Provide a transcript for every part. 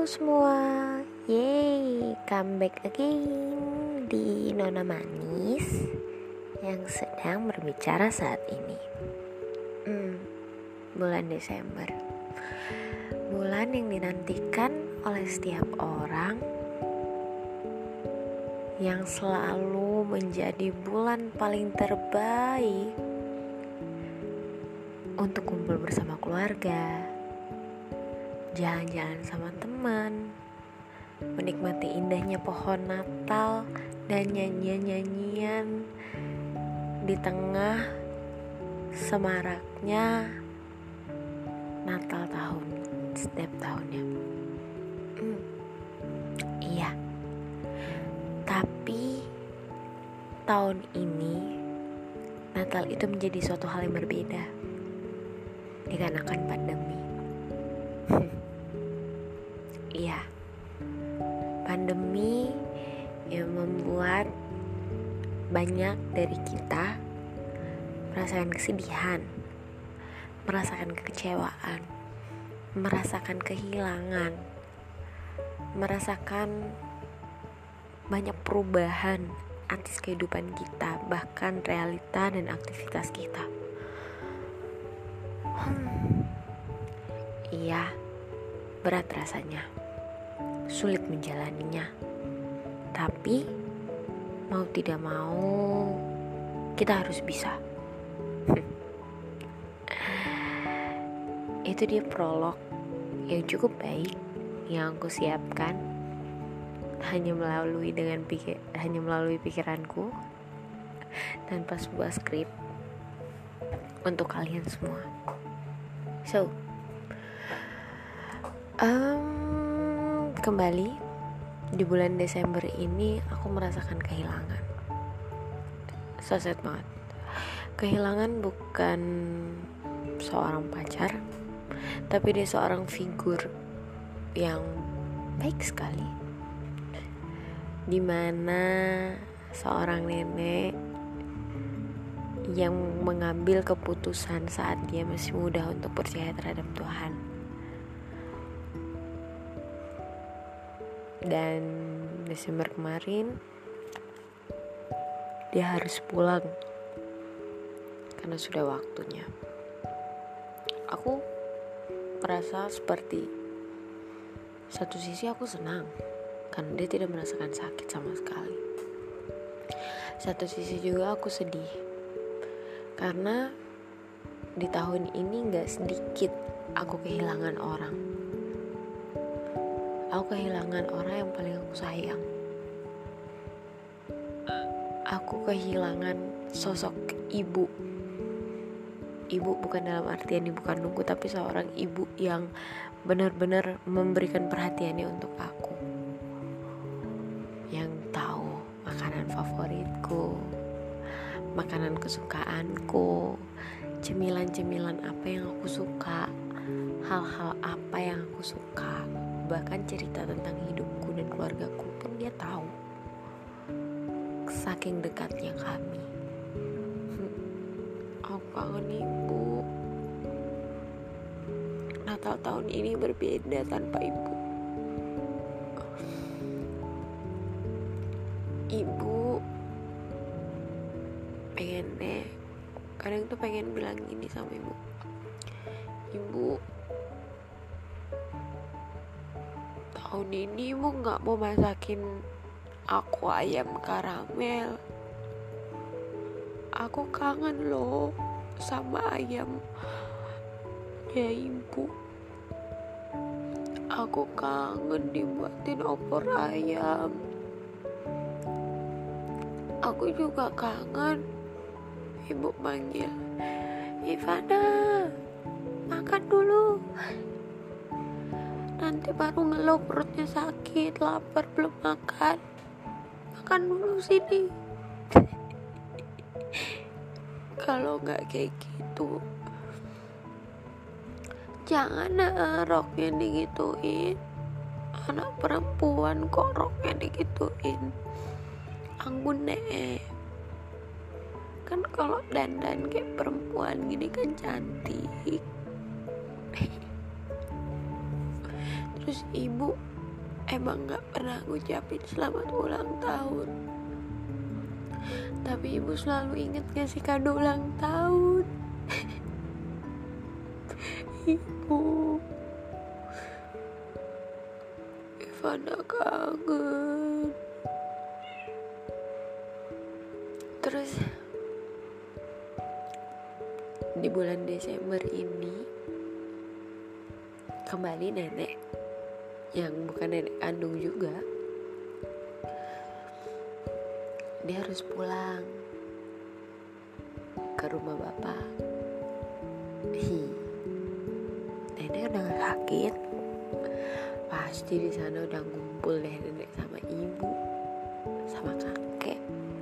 semua, yeay, comeback again di Nona Manis yang sedang berbicara saat ini. Bulan Desember, bulan yang dinantikan oleh setiap orang, yang selalu menjadi bulan paling terbaik untuk kumpul bersama keluarga, jalan-jalan sama teman, menikmati indahnya pohon Natal dan nyanyian-nyanyian di tengah semaraknya Natal setiap tahunnya. Iya, tapi tahun ini Natal itu menjadi suatu hal yang berbeda dikarenakan pandemi. Iya, pandemi yang membuat banyak dari kita merasakan kesedihan, merasakan kekecewaan, merasakan kehilangan, merasakan banyak perubahan atas kehidupan kita, bahkan realita dan aktivitas kita. Iya, berat rasanya, sulit menjalaninya. Tapi mau tidak mau kita harus bisa. Itu dia prolog yang cukup baik yang aku siapkan hanya melalui pikiranku tanpa sebuah skrip untuk kalian semua. So, kembali di bulan Desember ini aku merasakan kehilangan. So sad banget. Kehilangan bukan seorang pacar, tapi dia seorang figur yang baik sekali, dimana seorang nenek yang mengambil keputusan saat dia masih muda untuk percaya terhadap Tuhan. Dan Desember kemarin dia harus pulang karena sudah waktunya. Aku merasa seperti satu sisi aku senang karena dia tidak merasakan sakit sama sekali. Satu sisi juga aku sedih karena di tahun ini gak sedikit aku kehilangan orang. Aku kehilangan orang yang paling aku sayang. Aku kehilangan sosok ibu. Ibu bukan dalam artian ibu kandungku, tapi seorang ibu yang benar-benar memberikan perhatiannya untuk aku, yang tahu makanan favoritku, makanan kesukaanku, cemilan-cemilan apa yang aku suka, hal-hal apa yang aku suka, bahkan cerita tentang hidupku dan keluargaku pun dia tahu. Saking dekatnya kami. Aku kangen ibu. Natal tahun ini berbeda tanpa ibu. Ibu kadang tuh pengen bilang gini sama ibu. Ibu, tahun ini ibu gak mau masakin aku ayam karamel. Aku kangen loh sama ayam ya ibu. Aku kangen dibuatin opor ayam. Aku juga kangen ibu manggil, Ivana, makan dulu. Nanti baru ngeluh perutnya sakit, lapar belum makan. Makan dulu sini. Kalau nggak kayak gitu, jangan roknya digituin. Anak perempuan kok roknya digituin. Anggun deh. Kan kalau dandan kayak perempuan gini kan cantik. Terus ibu emang gak pernah ngucapin selamat ulang tahun, tapi ibu selalu inget ngasih kado ulang tahun. Ibu, Ivana kangen. Terus di bulan Desember ini kembali nenek, yang bukan nenek kandung juga, dia harus pulang ke rumah bapak. Nenek udah gak sakit, pasti di sana udah ngumpul deh nenek sama ibu sama kakek.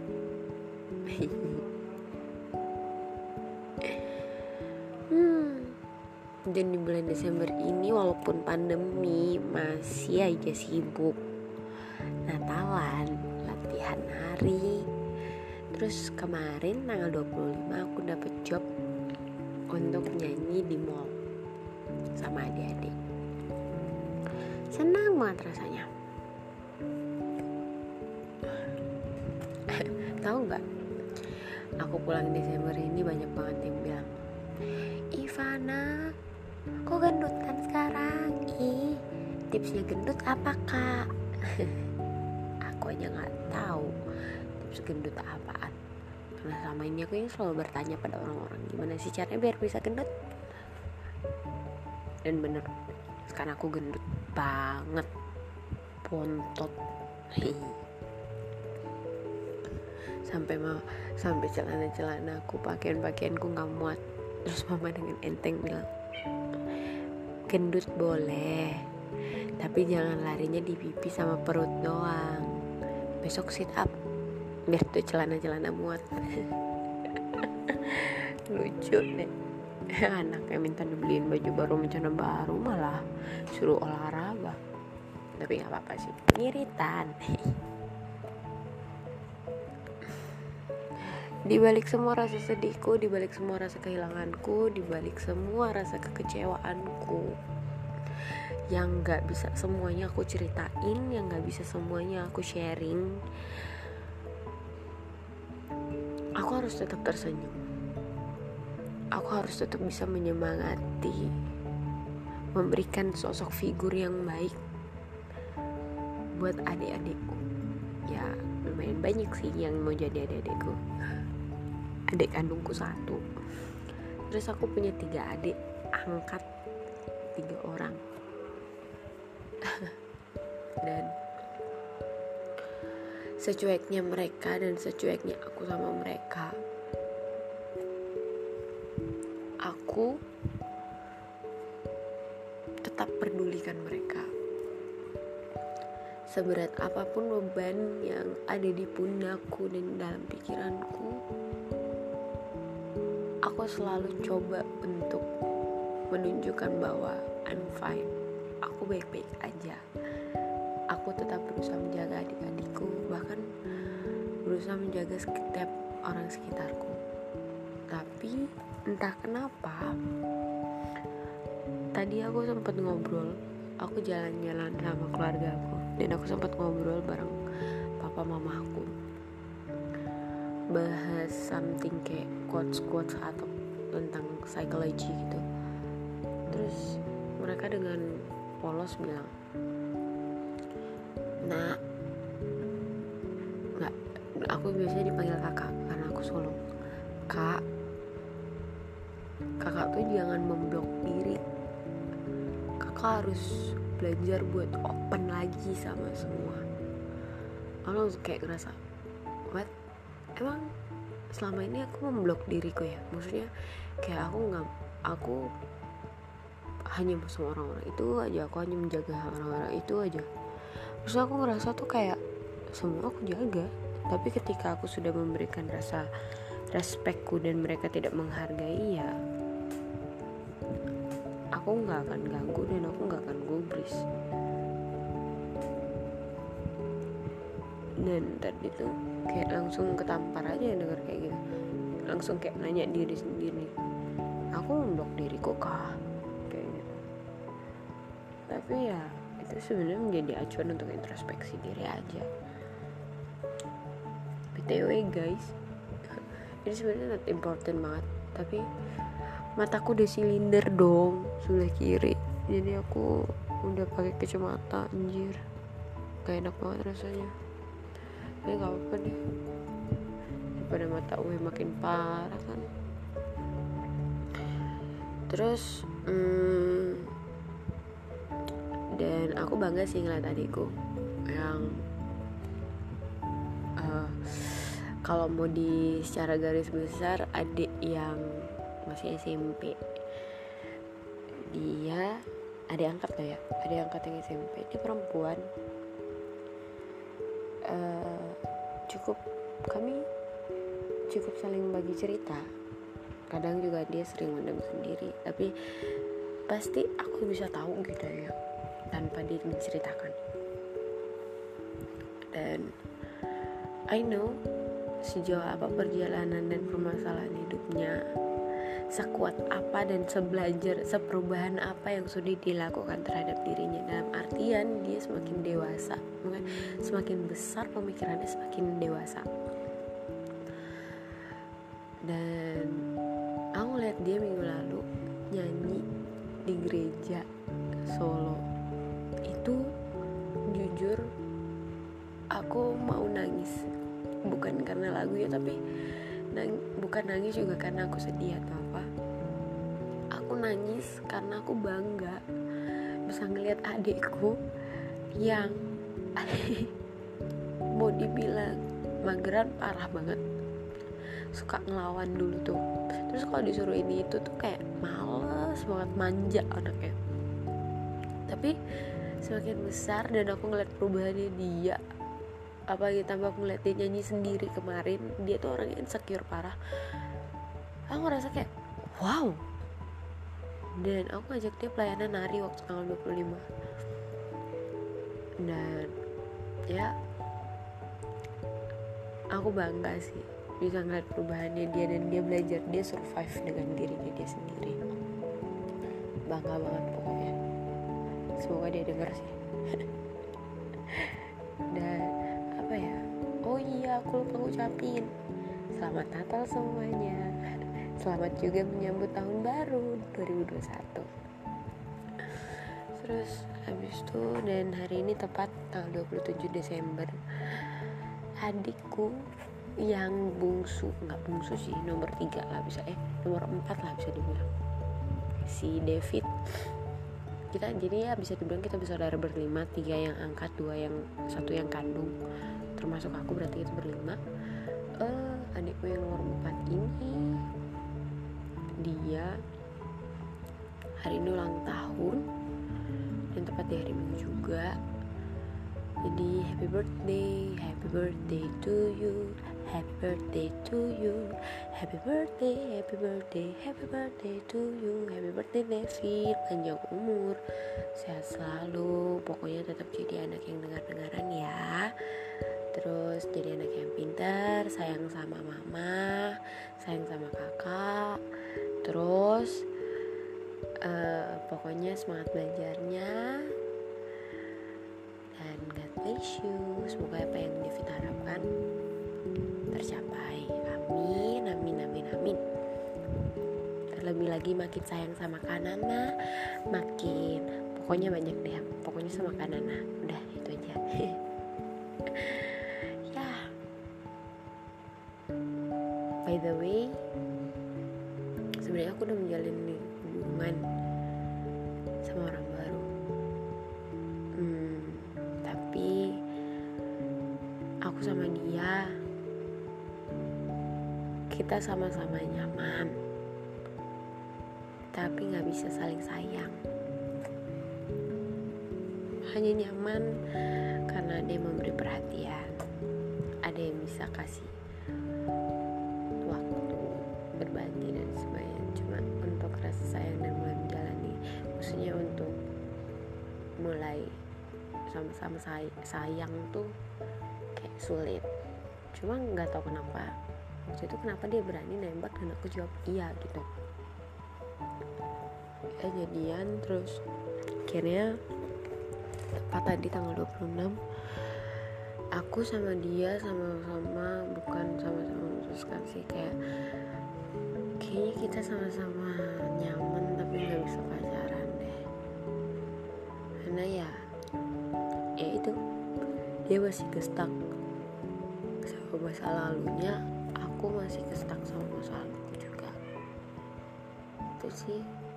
Dan di bulan Desember ini walaupun pandemi masih aja sibuk Natalan, latihan nari. Terus kemarin tanggal 25 aku dapet job untuk nyanyi di mall sama adik-adik. Senang banget rasanya. Tahu nggak? Aku pulang Desember ini banyak banget yang bilang, Ivana, kok gendut kan sekarang? Ih, tipsnya gendut apa kak? Aku aja nggak tahu tips gendut apaan. Karena selama ini aku yang selalu bertanya pada orang-orang, gimana sih caranya biar bisa gendut? Dan bener, sekarang aku gendut banget, bontot. Sampai celana aku, pakaianku nggak muat. Terus mama dengan enteng bilang, gendut boleh, tapi jangan larinya di pipi sama perut doang. Besok sit up biar tuh celana muat. Lucu deh. Anaknya minta dibeliin baju baru, rencana baru, malah suruh olahraga. Tapi gak apa-apa sih, ngiritan. Di balik semua rasa sedihku, di balik semua rasa kehilanganku, di balik semua rasa kekecewaanku, yang gak bisa semuanya aku ceritain, yang gak bisa semuanya aku sharing, aku harus tetap tersenyum. Aku harus tetap bisa menyemangati, memberikan sosok figur yang baik buat adik-adikku. Ya lumayan banyak sih yang mau jadi adik-adikku. Adik kandungku 1. Terus aku punya 3 adik angkat, 3 orang. Dan secueknya mereka dan secueknya aku sama mereka, aku tetap pedulikan mereka. Seberat apapun beban yang ada di pundakku dan dalam pikiranku, aku selalu coba untuk menunjukkan bahwa I'm fine, aku baik-baik aja. Aku tetap berusaha menjaga adik-adikku, bahkan berusaha menjaga setiap orang sekitarku. Tapi entah kenapa, tadi aku sempat ngobrol, aku jalan-jalan sama keluarga aku, dan aku sempat ngobrol bareng papa mama aku, bahas something kayak quotes atau tentang psikologi gitu. Terus mereka dengan polos bilang, nah, nggak, aku biasanya dipanggil kakak karena aku sulung. Kakak tuh jangan memblok diri. Kakak harus belajar buat open lagi sama semua. Aku kayak ngerasa, what? Emang selama ini aku memblok diriku ya? Maksudnya kayak aku hanya sama orang-orang itu aja, aku hanya menjaga orang-orang itu aja. Terus aku ngerasa tuh kayak semua aku jaga, tapi ketika aku sudah memberikan rasa respekku dan mereka tidak menghargai, ya aku gak akan ganggu dan aku gak akan gubris. Dan tadi tuh kayak langsung ketampar aja denger kayak gitu, langsung kayak nanya diri sendiri, aku memblok diriku kah? Kayak gitu. Tapi ya itu sebenarnya menjadi acuan untuk introspeksi diri aja. BTW guys, ini sebenarnya not important banget, tapi mataku udah silinder dong sebelah kiri, jadi aku udah pakai kacamata. Anjir, gak enak banget rasanya, tapi gak apa-apa deh, daripada mata gue makin parah kan. Terus dan aku bangga sih ngeliat adikku yang kalau mau di secara garis besar adik yang masih SMP, dia adik angkat lah ya, adik angkat yang SMP, dia perempuan. Kami cukup saling bagi cerita. Kadang juga dia sering mendem sendiri, tapi pasti aku bisa tahu gitu ya tanpa dia menceritakan. Dan I know sejauh apa perjalanan dan permasalahan hidupnya, sekuat apa dan seperubahan apa yang sudah dilakukan terhadap dirinya. Dalam artian dia semakin dewasa, semakin besar pemikirannya, semakin dewasa. Dan aku lihat dia minggu lalu nyanyi di gereja Solo. Itu jujur aku mau nangis, bukan karena lagunya, tapi bukan nangis juga karena aku sedih atau apa. Aku nangis karena aku bangga bisa ngeliat adikku yang mau dibilang mageran parah banget, suka ngelawan dulu tuh. Terus kalau disuruh ini itu tuh kayak males banget, manja anaknya. Tapi semakin besar dan aku ngeliat perubahannya dia, apalagi tambah aku ngeliat dia nyanyi sendiri kemarin, dia tuh orangnya insecure parah. Aku ngerasa kayak wow. Dan aku ngajak dia pelayanan nari waktu tanggal 25. Dan ya aku bangga sih bisa ngeliat perubahannya dia, dan dia belajar, dia survive dengan dirinya dia sendiri. Bangga banget pokoknya. Semoga dia denger sih. Dan apa ya, oh iya aku lupa ngucapin selamat Natal semuanya. Selamat juga menyambut tahun baru 2021. Terus habis itu, dan hari ini tepat tanggal 27 Desember, adikku yang nggak bungsu sih, nomor 3 lah bisa, nomor 4 lah bisa dibilang, si David. Kita jadi ya bisa dibilang kita bersaudara berlima, 3 yang angkat, 1 yang kandung, termasuk aku, berarti itu berlima. Adikku yang nomor 4 ini, dia hari ini ulang tahun, dan tepat di hari Minggu juga. Jadi happy birthday to you, happy birthday to you, happy birthday to you, happy birthday David, panjang umur, sehat selalu, pokoknya tetap jadi anak yang dengar-dengaran ya. Terus jadi anak yang pintar, sayang sama mama, sayang sama kakak. Terus pokoknya semangat belajarnya. Dan God bless you. Semoga apa yang David harapkan tercapai. Amin, amin, amin, amin. Terlebih lagi makin sayang sama Kanana, pokoknya banyak deh. Pokoknya sama Kanana. Udah itu aja. Ya. By the way, sebenarnya aku udah menjalin hubungan sama orang baru. Tapi aku sama dia, kita sama-sama nyaman, tapi gak bisa saling sayang. Hanya nyaman karena ada yang memberi perhatian, ada yang bisa kasih waktu, berbagi dan sebagainya. Cuma untuk rasa sayang dan mulai menjalani, maksudnya untuk mulai sama-sama sayang tuh kayak sulit. Cuma nggak tahu kenapa waktu itu dia berani nembak dan aku jawab iya gitu. Jadian, terus akhirnya tepat tadi tanggal 26 aku sama dia sama-sama, bukan sama-sama memutuskan sih, kayaknya kita sama-sama nyaman tapi nggak bisa pacaran deh, karena ya itu dia masih gestak sama masa lalunya, aku masih gestak sama masa laluku juga. Itu sih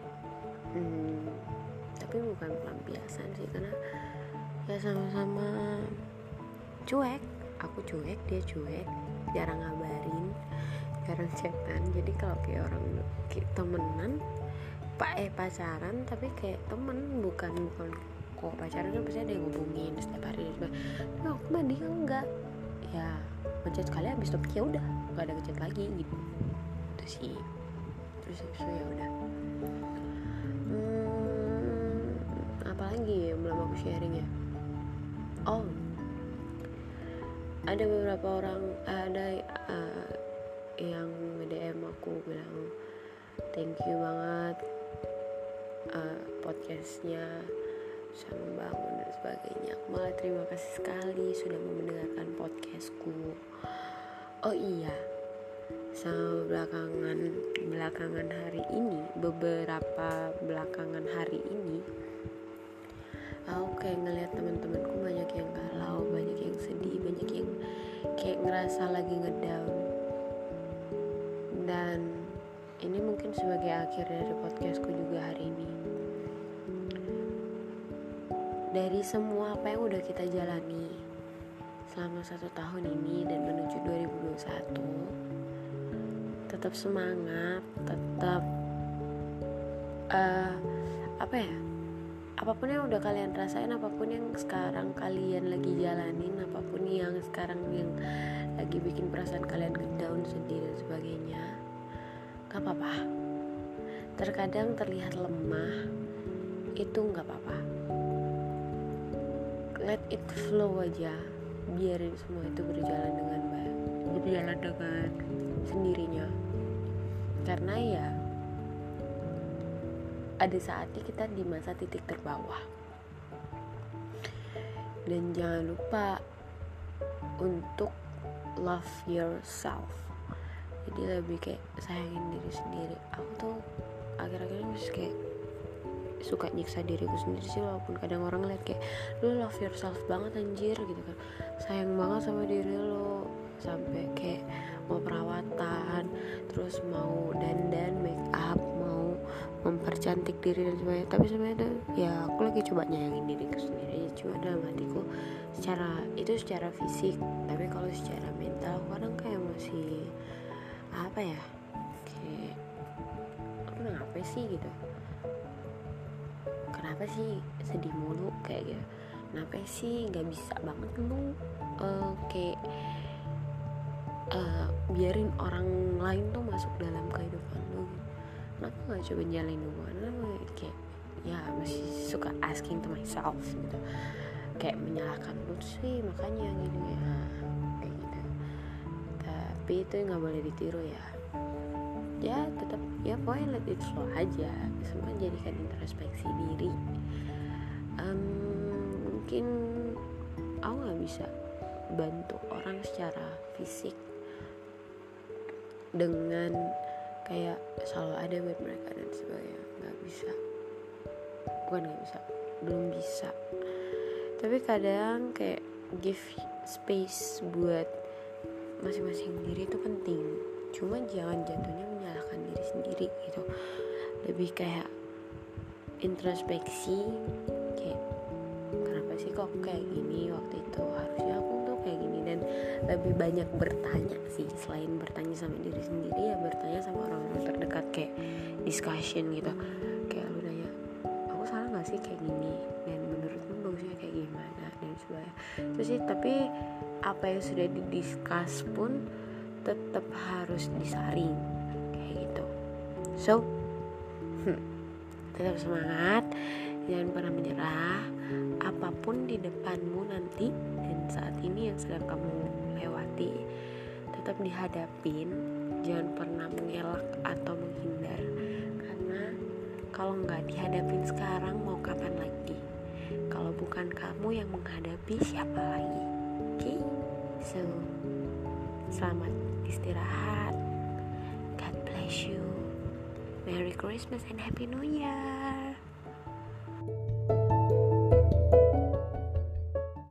tapi bukan pelampiasan sih, karena ya sama-sama cuek, aku cuek, dia cuek, jarang ngabarin, jarang chatan. Jadi kalau kayak orang kayak temenan pacaran tapi kayak temen, bukan kok pacaran kan pasti ada yang ngubungin setiap hari. Tapi aku mah dia enggak, ya ngechat sekali habis topik ya udah nggak ada ngechat lagi gitu. Itu sih. Terus itu ya udah. Apalagi yang belum aku sharing ya. Ada beberapa orang yang nge-DM aku bilang thank you banget podcastnya bisa membangun dan sebagainya. Aku malah terima kasih sekali sudah mau mendengarkan podcastku. Oh iya, sama belakangan hari ini, beberapa belakangan hari ini aku kayak ngeliat teman-temanku banyak yang galau, banyak yang sedih, banyak yang kayak ngerasa lagi ngedown. Dan ini mungkin sebagai akhir dari podcastku juga hari ini. Dari semua apa yang udah kita jalani selama 1 tahun ini dan menuju 2021, tetap semangat, tetap apapun yang udah kalian rasain, apapun yang sekarang kalian lagi jalanin, apapun yang sekarang yang lagi bikin perasaan kalian down, sedih dan sebagainya, gak apa-apa. Terkadang terlihat lemah, itu gak apa-apa. Let it flow aja, biarin semua itu berjalan dengan baik, berjalan dengan sendirinya. Karena ya ada saatnya kita di masa titik terbawah. Dan jangan lupa untuk love yourself. Jadi lebih kayak sayangin diri sendiri. Aku tuh akhir-akhir ini masih kayak suka nyiksa diriku sendiri sih, walaupun kadang orang lihat kayak lu love yourself banget anjir gitu kan, sayang banget sama diri lo, sampai kayak mau perawatan, terus mau dandan, make up, mau mempercantik diri dan sebagainya. Tapi sebenarnya ya aku lagi coba nyayangin diriku sendiri, cuma dalam hatiku secara fisik. Tapi kalau secara mental kadang kayak masih kayak kenapa sih gitu, kenapa sih sedih mulu kayak gitu, kenapa sih nggak bisa banget lu biarin orang lain tuh masuk dalam kehidupan lu, kenapa nggak coba jalin hubungan lu, kayak ya masih suka asking to myself gitu, kayak menyalahkan lu sih makanya gini ya, kayak gitu. Tapi itu nggak boleh ditiru ya tetap ya pokoknya let it flow aja, semua jadikan introspeksi diri. Mungkin aku nggak bisa bantu orang secara fisik dengan kayak selalu ada buat mereka dan sebagainya, belum bisa. Tapi kadang kayak give space buat masing-masing diri itu penting, cuma jangan jatuhnya menyalahkan diri sendiri gitu. Lebih kayak introspeksi, kayak kenapa sih kok kayak gini waktu itu, harusnya aku tuh kayak gini. Dan lebih banyak bertanya sih, selain bertanya sama diri sendiri ya bertanya sama orang-orang terdekat, kayak discussion gitu, kayak lu nanya aku salah gak sih kayak gini, dan menurutmu bagusnya kayak gimana dan sebagainya. Terus sih, tapi apa yang sudah didiscuss pun tetap harus disaring kayak gitu. So tetap semangat, jangan pernah menyerah. Apapun di depanmu nanti dan saat ini yang sedang kamu lewati, tetap dihadapin, jangan pernah mengelak atau menghindar. Karena kalau nggak dihadapin sekarang, mau kapan lagi? Kalau bukan kamu yang menghadapi siapa lagi. Oke? So, selamat istirahat. God bless you. Merry Christmas and Happy New Year.